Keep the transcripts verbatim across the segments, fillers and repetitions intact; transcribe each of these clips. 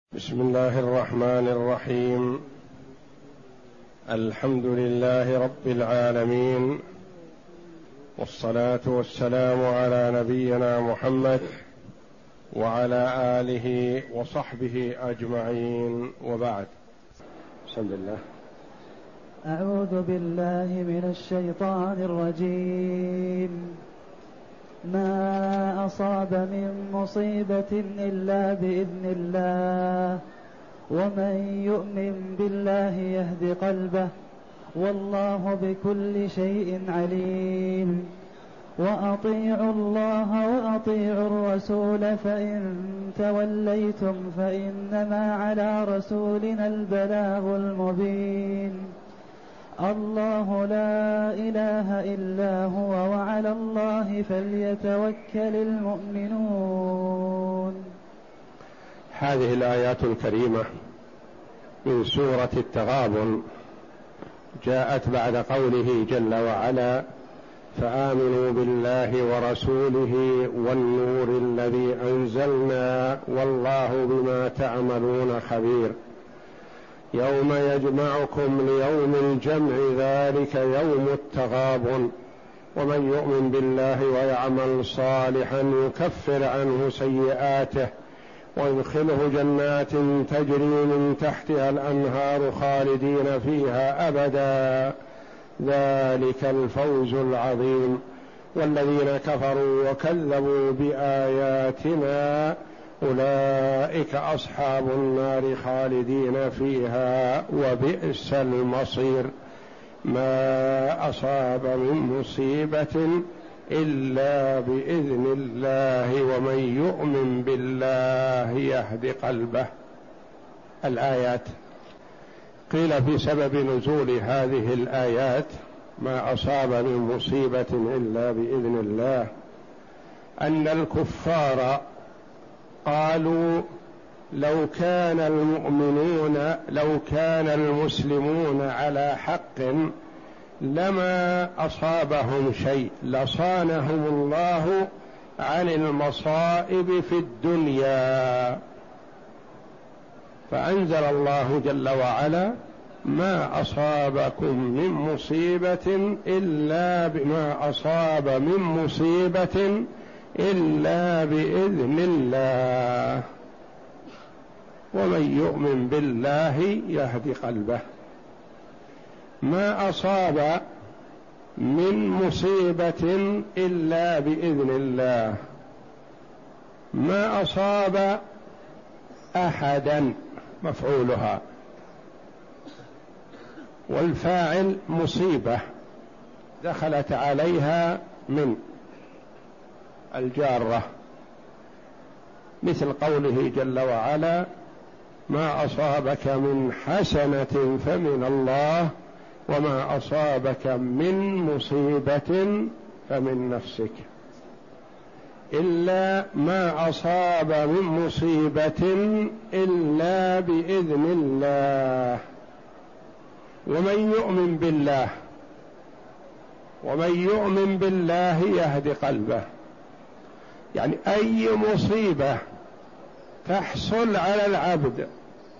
بسم الله الرحمن الرحيم. الحمد لله رب العالمين، والصلاة والسلام على نبينا محمد وعلى آله وصحبه أجمعين، وبعد. بسم الله. أعوذ بالله من الشيطان الرجيم. ما أصاب من مصيبة إلا بإذن الله، ومن يؤمن بالله يهد قلبه، والله بكل شيء عليم. وأطيعوا الله وأطيعوا الرسول، فإن توليتم فإنما على رسولنا البلاغ المبين. الله لا إله إلا هو، وعلى الله فليتوكل المؤمنون. هذه الآيات الكريمة من سورة التغابن جاءت بعد قوله جل وعلا: فآمنوا بالله ورسوله والنور الذي أنزلنا والله بما تعملون خبير. يوم يجمعكم ليوم الجمع ذلك يوم التغابن، ومن يؤمن بالله ويعمل صالحا يكفر عنه سيئاته ويدخله جنات تجري من تحتها الأنهار خالدين فيها أبدا، ذلك الفوز العظيم. والذين كفروا وكذبوا بآياتنا أولئك أصحاب النار خالدين فيها وبئس المصير. ما أصاب من مصيبة إلا بإذن الله، ومن يؤمن بالله يهد قلبه. الآيات قيل في سبب نزول هذه الآيات ما أصاب من مصيبة إلا بإذن الله أن الكفار قالوا: لو كان المؤمنون لو كان المسلمون على حق لما أصابهم شيء، لصانهم الله عن المصائب في الدنيا. فأنزل الله جل وعلا: ما أصابكم من مصيبة إلا بما أصاب من مصيبة إلا بإذن الله، ومن يؤمن بالله يهد قلبه. ما أصاب من مصيبة إلا بإذن الله، ما أصاب أحدا مفعولها، والفاعل مصيبة دخلت عليها من الجارة، مثل قوله جل وعلا: ما أصابك من حسنة فمن الله، وما أصابك من مصيبة فمن نفسك. إلا ما أصاب من مصيبة إلا بإذن الله، ومن يؤمن بالله ومن يؤمن بالله يهد قلبه. يعني أي مصيبة تحصل على العبد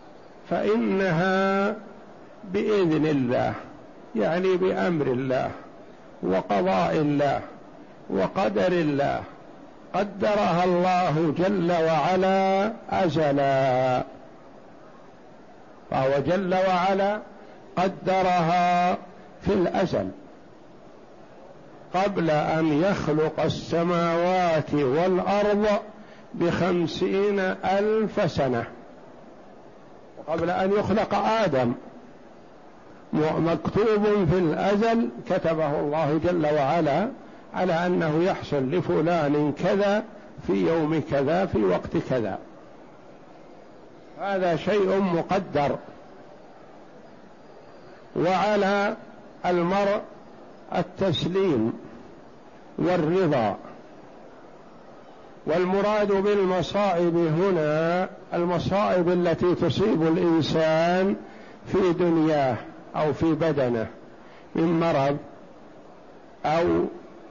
فإنها بإذن الله، يعني بأمر الله وقضاء الله وقدر الله، قدرها الله جل وعلا أزلا، فهو جل وعلا قدرها في الأزل قبل أن يخلق السماوات والأرض بخمسين ألف سنة، وقبل أن يخلق آدم مكتوب في الأزل، كتبه الله جل وعلا على أنه يحصل لفلان كذا في يوم كذا في وقت كذا. هذا شيء مقدر، وعلى المرء التسليم والرضا. والمراد بالمصائب هنا المصائب التي تصيب الإنسان في دنياه أو في بدنه من مرض أو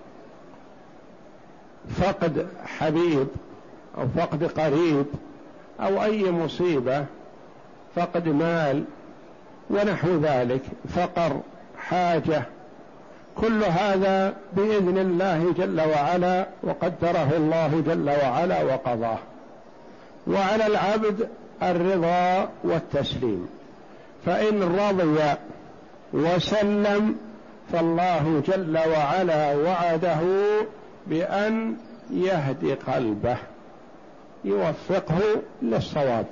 فقد حبيب أو فقد قريب أو أي مصيبة، فقد مال ونحو ذلك، فقر، حاجة، كل هذا بإذن الله جل وعلا، وقدره الله جل وعلا وقضاه. وعلى العبد الرضا والتسليم، فإن رضي وسلم فالله جل وعلا وعده بأن يهدي قلبه، يوفقه للصواب،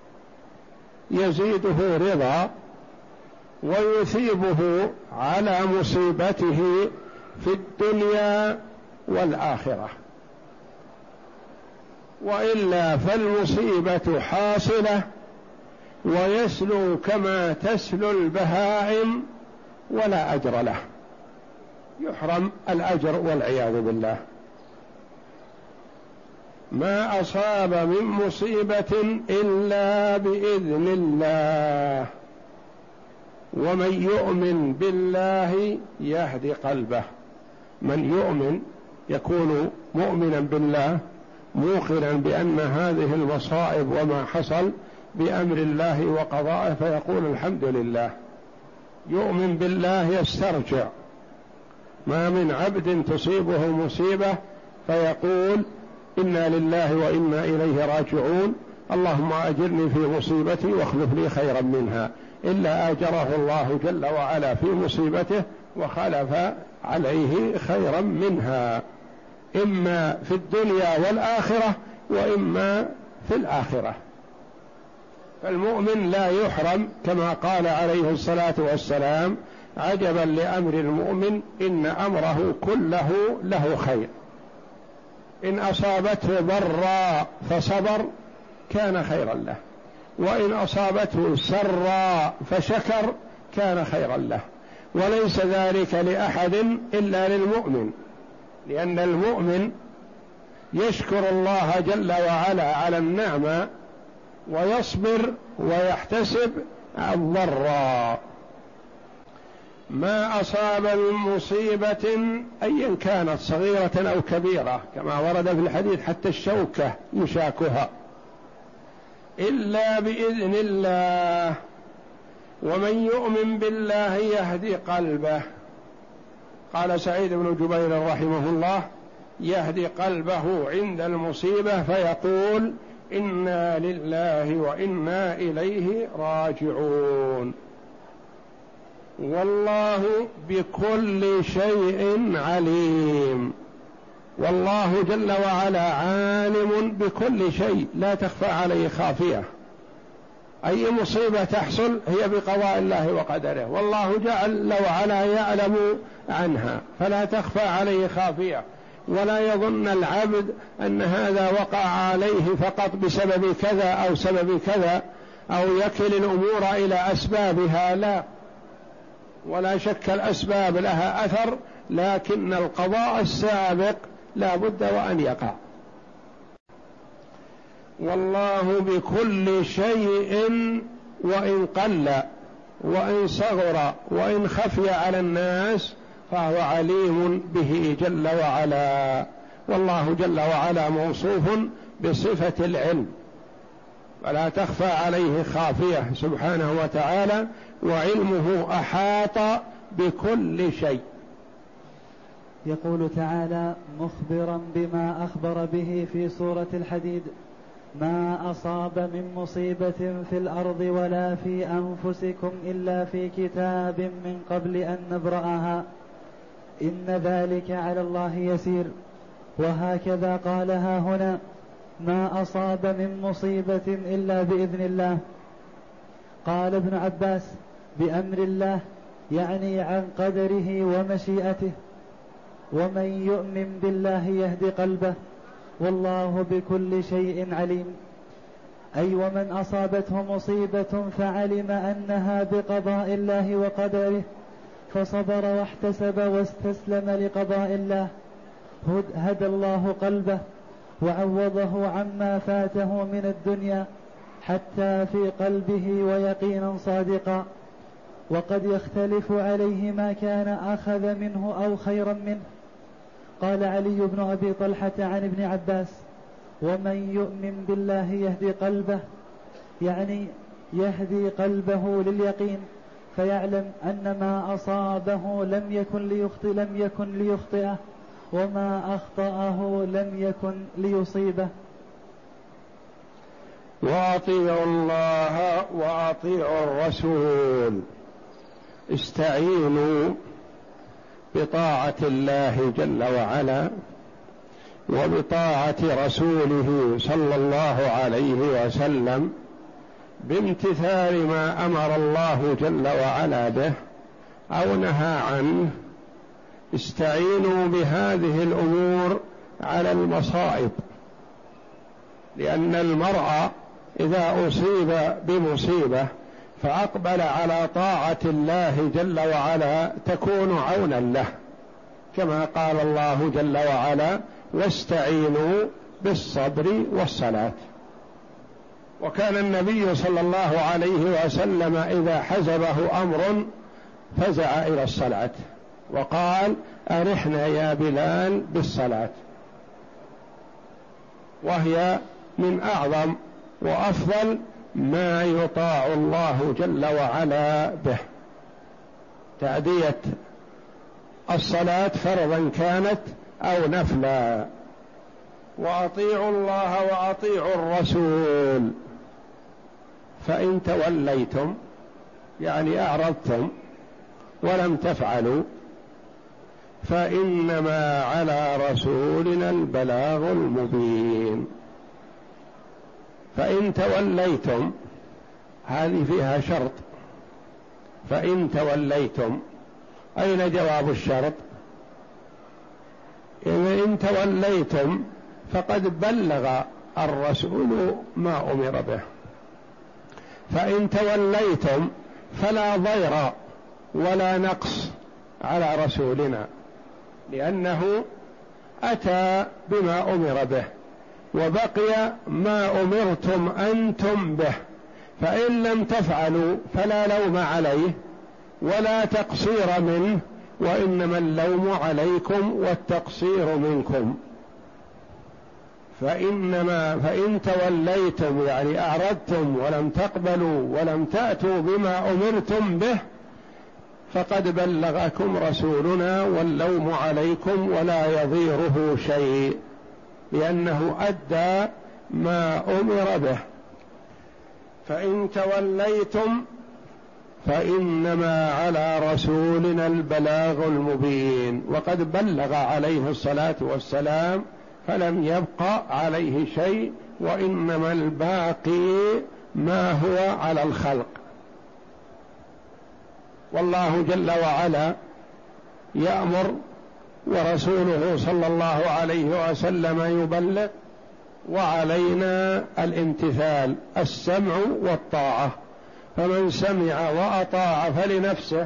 يزيده رضا ويثيبه على مصيبته في الدنيا والآخرة. وإلا فالمصيبة حاصلة ويسلو كما تسلو البهائم ولا أجر له، يحرم الأجر والعياذ بالله. ما أصاب من مصيبة إلا بإذن الله، ومن يؤمن بالله يهدي قلبه. من يؤمن يكون مؤمنا بالله، موقنا بأن هذه المصائب وما حصل بأمر الله وقضائه، فيقول الحمد لله. يؤمن بالله يسترجع، ما من عبد تصيبه مصيبة فيقول إنا لله وإنا إليه راجعون، اللهم أجرني في مصيبتي واخلف لي خيرا منها، إلا آجره الله جل وعلا في مصيبته وخلف عليه خيرا منها، إما في الدنيا والآخرة وإما في الآخرة. فالمؤمن لا يحرم، كما قال عليه الصلاة والسلام: عجبا لأمر المؤمن إن أمره كله له خير، إن أصابته ضراء فصبر كان خيرا له، وإن أصابته سراء فشكر كان خيرا له. وليس ذلك لأحد إلا للمؤمن، لأن المؤمن يشكر الله جل وعلا على النعمة ويصبر ويحتسب الضراء. ما أصاب من مصيبة أيا كانت صغيرة أو كبيرة، كما ورد في الحديث حتى الشوكة يشاكها، إلا بإذن الله، ومن يؤمن بالله يهدي قلبه. قال سعيد بن جبير رحمه الله: يهدي قلبه عند المصيبة فيقول إنا لله وإنا إليه راجعون. والله بكل شيء عليم، والله جل وعلا عالم بكل شيء، لا تخفى عليه خافية. أي مصيبة تحصل هي بقضاء الله وقدره، والله جل وعلا يعلم عنها، فلا تخفى عليه خافية. ولا يظن العبد أن هذا وقع عليه فقط بسبب كذا أو سبب كذا، أو يكل الأمور إلى أسبابها، لا، ولا شك الأسباب لها أثر، لكن القضاء السابق لا بد وأن يقع. والله بكل شيء، وإن قل وإن صغر وإن خفي على الناس فهو عليم به جل وعلا. والله جل وعلا موصوف بصفة العلم، ولا تخفى عليه خافية سبحانه وتعالى، وعلمه أحاط بكل شيء. يقول تعالى مخبرا بما أخبر به في سورة الحديد: ما أصاب من مصيبة في الأرض ولا في أنفسكم إلا في كتاب من قبل أن نبرأها إن ذلك على الله يسير. وهكذا قالها هنا: ما أصاب من مصيبة إلا بإذن الله. قال ابن عباس: بأمر الله، يعني عن قدره ومشيئته. ومن يؤمن بالله يهدي قلبه، والله بكل شيء عليم. أي ومن أصابته مصيبة فعلم أنها بقضاء الله وقدره فصبر واحتسب واستسلم لقضاء الله، هدى الله قلبه وعوضه عما فاته من الدنيا حتى في قلبه ويقينا صادقا. وقد يختلف عليه ما كان أخذ منه أو خيرا منه. قال علي بن أبي طلحة عن ابن عباس: ومن يؤمن بالله يهدي قلبه، يعني يهدي قلبه لليقين، فيعلم أن ما أصابه لم يكن ليخطئ لم يكن ليخطئه، وما أخطأه لم يكن ليصيبه. وأطيعوا الله وأطيعوا الرسول، استعينوا بطاعة الله جل وعلا وبطاعة رسوله صلى الله عليه وسلم بامتثال ما أمر الله جل وعلا به أو نهى عنه. استعينوا بهذه الأمور على المصائب، لأن المرء إذا أصيب بمصيبة فأقبل على طاعة الله جل وعلا تكون عونا له، كما قال الله جل وعلا: واستعينوا بالصبر والصلاة. وكان النبي صلى الله عليه وسلم إذا حزبه أمر فزع إلى الصلاة وقال: أرحنا يا بلال بالصلاة، وهي من أعظم وأفضل ما يطاع الله جل وعلا به، تأدية الصلاة فرضا كانت أو نفلا. وأطيعوا الله وأطيعوا الرسول، فإن توليتم يعني أعرضتم ولم تفعلوا فإنما على رسولنا البلاغ المبين. فإن توليتم هذه فيها شرط، فإن توليتم أين جواب الشرط؟ إن توليتم فقد بلغ الرسول ما أمر به، فإن توليتم فلا ضير ولا نقص على رسولنا، لأنه أتى بما أمر به وبقي ما أمرتم أنتم به، فإن لم تفعلوا فلا لوم عليه ولا تقصير منه، وإنما اللوم عليكم والتقصير منكم. فإنما فإن توليتم يعني أعرضتم ولم تقبلوا ولم تأتوا بما أمرتم به فقد بلغكم رسولنا واللوم عليكم ولا يضيره شيء، لأنه أدى ما أمر به. فإن توليتم فإنما على رسولنا البلاغ المبين، وقد بلغ عليه الصلاة والسلام فلم يبق عليه شيء، وإنما الباقي ما هو على الخلق. والله جل وعلا يأمر ورسوله صلى الله عليه وسلم يبلغ، وعلينا الامتثال، السمع والطاعة. فمن سمع وأطاع فلنفسه،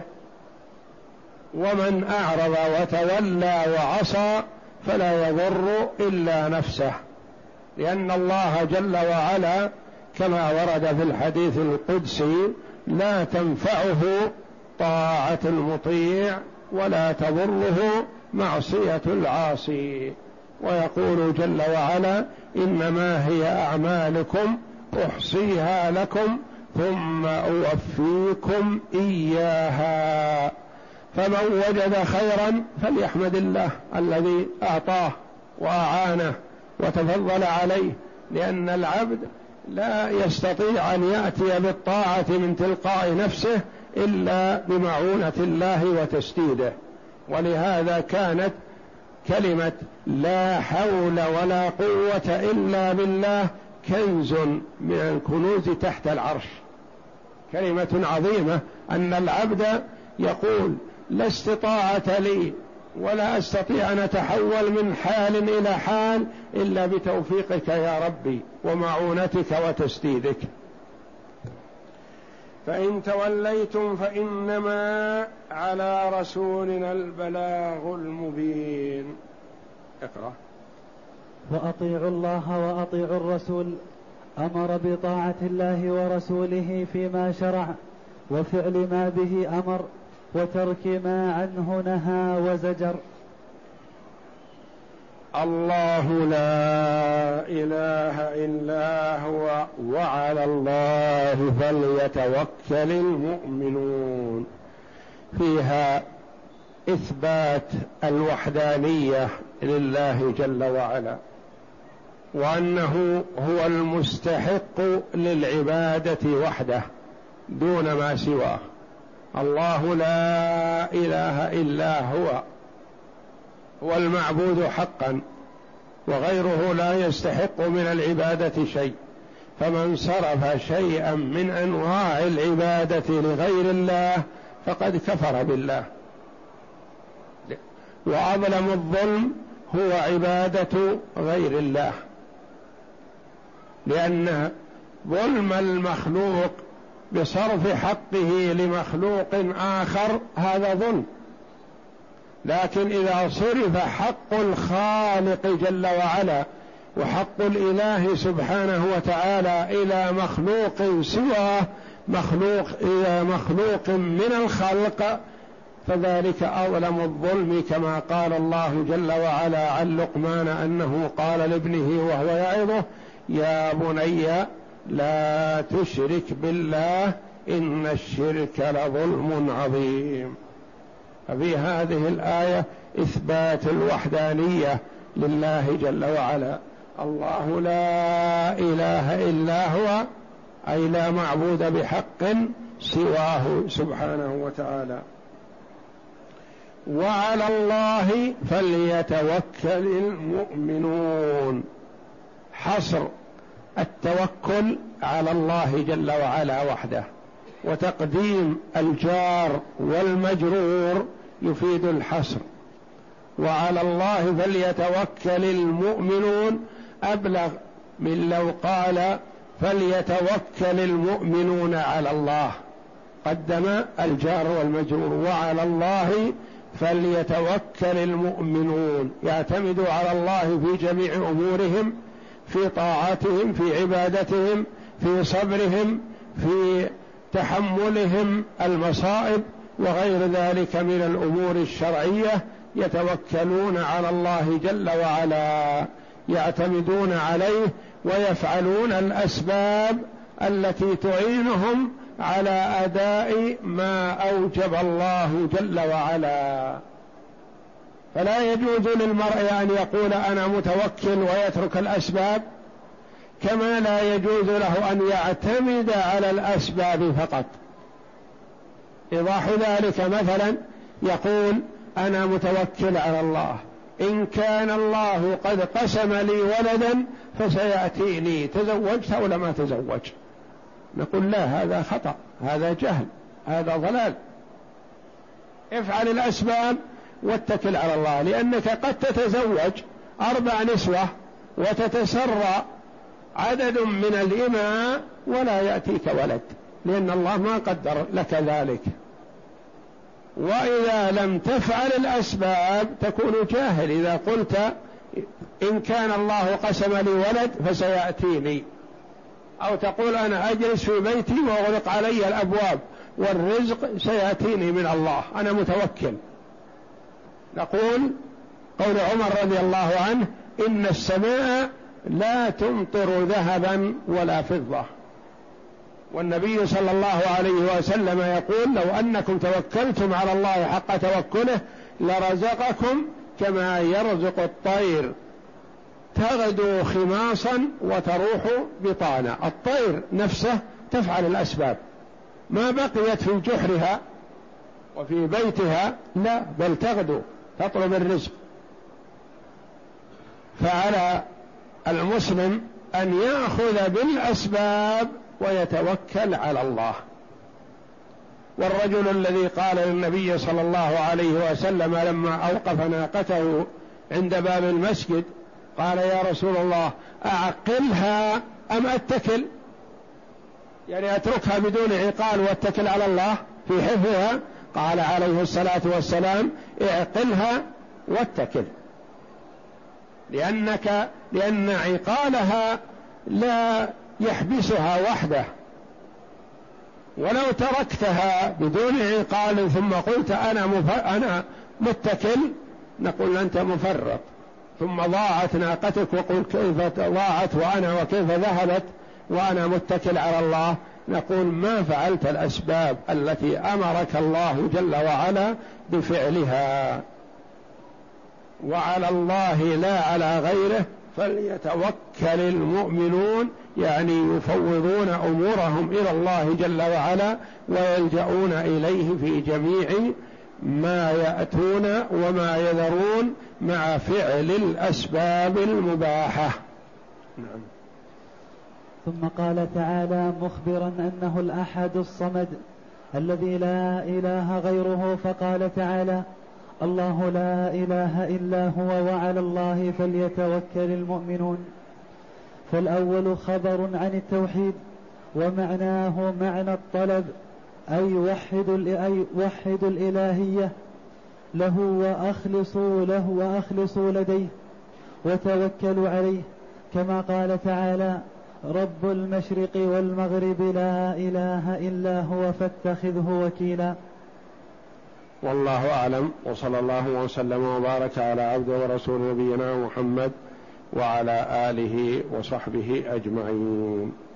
ومن أعرض وتولى وعصى فلا يضر إلا نفسه، لأن الله جل وعلا كما ورد في الحديث القدسي: لا تنفعه طاعة المطيع ولا تضره معصية العاصي. ويقول جل وعلا: إنما هي أعمالكم أحصيها لكم ثم أوفيكم إياها، فمن وجد خيرا فليحمد الله الذي أعطاه وأعانه وتفضل عليه، لأن العبد لا يستطيع أن يأتي بالطاعة من تلقاء نفسه إلا بمعونة الله وتسديده. ولهذا كانت كلمة لا حول ولا قوة إلا بالله كنز من الكنوز تحت العرش، كلمة عظيمة، أن العبد يقول: لا استطاعة لي ولا أستطيع أن أتحول من حال إلى حال إلا بتوفيقك يا ربي ومعونتك وتسديدك. فإن توليتم فإنما على رسولنا البلاغ المبين. اقرأ. وأطيعوا الله وأطيعوا الرسول، أمر بطاعة الله ورسوله فيما شرع وفعل ما به أمر وترك ما عنه نهى وزجر. الله لا إله إلا هو وعلى الله فليتوكل المؤمنون، فيها إثبات الوحدانية لله جل وعلا، وأنه هو المستحق للعبادة وحده دون ما سواه. الله لا إله إلا هو، هو المعبود حقا، وغيره لا يستحق من العبادة شيء. فمن صرف شيئا من أنواع العبادة لغير الله فقد كفر بالله. وأظلم الظلم هو عبادة غير الله، لأن ظلم المخلوق بصرف حقه لمخلوق آخر هذا ظلم، لكن إذا صرف حق الخالق جل وعلا وحق الإله سبحانه وتعالى إلى مخلوق سواه، مخلوق إلى مخلوق من الخلق، فذلك أظلم الظلم، كما قال الله جل وعلا عن لقمان أنه قال لابنه وهو يعظه: يا بني لا تشرك بالله إن الشرك لظلم عظيم. ففي هذه الآية إثبات الوحدانية لله جل وعلا. الله لا إله إلا هو، أي لا معبود بحق سواه سبحانه وتعالى. وعلى الله فليتوكل المؤمنون، حصر التوكل على الله جل وعلا وحده، وتقديم الجار والمجرور يفيد الحصر. وعلى الله فليتوكل المؤمنون أبلغ من لو قال فليتوكل المؤمنون على الله، قدم الجار والمجرور. وعلى الله فليتوكل المؤمنون، يعتمدوا على الله في جميع أمورهم، في طاعاتهم، في عبادتهم، في صبرهم، في تحملهم المصائب وغير ذلك من الأمور الشرعية، يتوكلون على الله جل وعلا، يعتمدون عليه ويفعلون الأسباب التي تعينهم على أداء ما أوجب الله جل وعلا. فلا يجوز للمرء أن يقول أنا متوكل ويترك الأسباب، كما لا يجوز له أن يعتمد على الأسباب فقط. إيضاح ذلك مثلا يقول أنا متوكل على الله، إن كان الله قد قسم لي ولدا فسيأتيني، تزوجت أو لم أتزوج؟ نقول لا، هذا خطأ، هذا جهل، هذا ضلال. افعل الأسباب واتكل على الله، لأنك قد تتزوج أربع نسوة وتتسرى عدد من الإماء ولا يأتيك ولد، لأن الله ما قدر لك ذلك. وإذا لم تفعل الأسباب تكون جاهل إذا قلت إن كان الله قسم لي ولد فسيأتيني، أو تقول أنا أجلس في بيتي وأغلق علي الأبواب والرزق سيأتيني من الله، أنا متوكل. نقول قول عمر رضي الله عنه: إن السماء لا تمطر ذهبا ولا فضة. والنبي صلى الله عليه وسلم يقول: لو أنكم توكلتم على الله حق توكله لرزقكم كما يرزق الطير تغدو خماصا وتروح بطانا. الطير نفسه تفعل الأسباب، ما بقيت في جحرها وفي بيتها، لا، بل تغدو تطلب الرزق. فعلى المسلم أن يأخذ بالأسباب ويتوكل على الله. والرجل الذي قال للنبي صلى الله عليه وسلم لما أوقف ناقته عند باب المسجد قال: يا رسول الله أعقلها أم أتكل؟ يعني أتركها بدون عقال واتكل على الله في حفظها؟ قال عليه الصلاة والسلام: اعقلها واتكل، لأنك لأن عقالها لا يحبسها وحده، ولو تركتها بدون عقال ثم قلت أنا, مف... أنا متكل نقول أنت مفرط، ثم ضاعت ناقتك وقل كيف ضاعت وأنا وكيف ذهبت وأنا متكل على الله، نقول ما فعلت الأسباب التي أمرك الله جل وعلا بفعلها. وعلى الله لا على غيره فليتوكل المؤمنون، يعني يفوضون أمورهم إلى الله جل وعلا ويلجؤون إليه في جميع ما يأتون وما يذرون مع فعل الأسباب المباحة. نعم. ثم قال تعالى مخبرا أنه الأحد الصمد الذي لا إله غيره، فقال تعالى الله لا إله إلا هو وعلى الله فليتوكل المؤمنون. فالأول خبر عن التوحيد ومعناه معنى الطلب، أي وحد أي وحد الإلهية له وأخلصوا له وأخلصوا لديه وتوكلوا عليه، كما قال تعالى رب المشرق والمغرب لا إله إلا هو فاتخذه وكيلا. والله أعلم، وصلى الله وسلم وبارك على عبد ورسول نبينا محمد وعلى آله وصحبه أجمعين.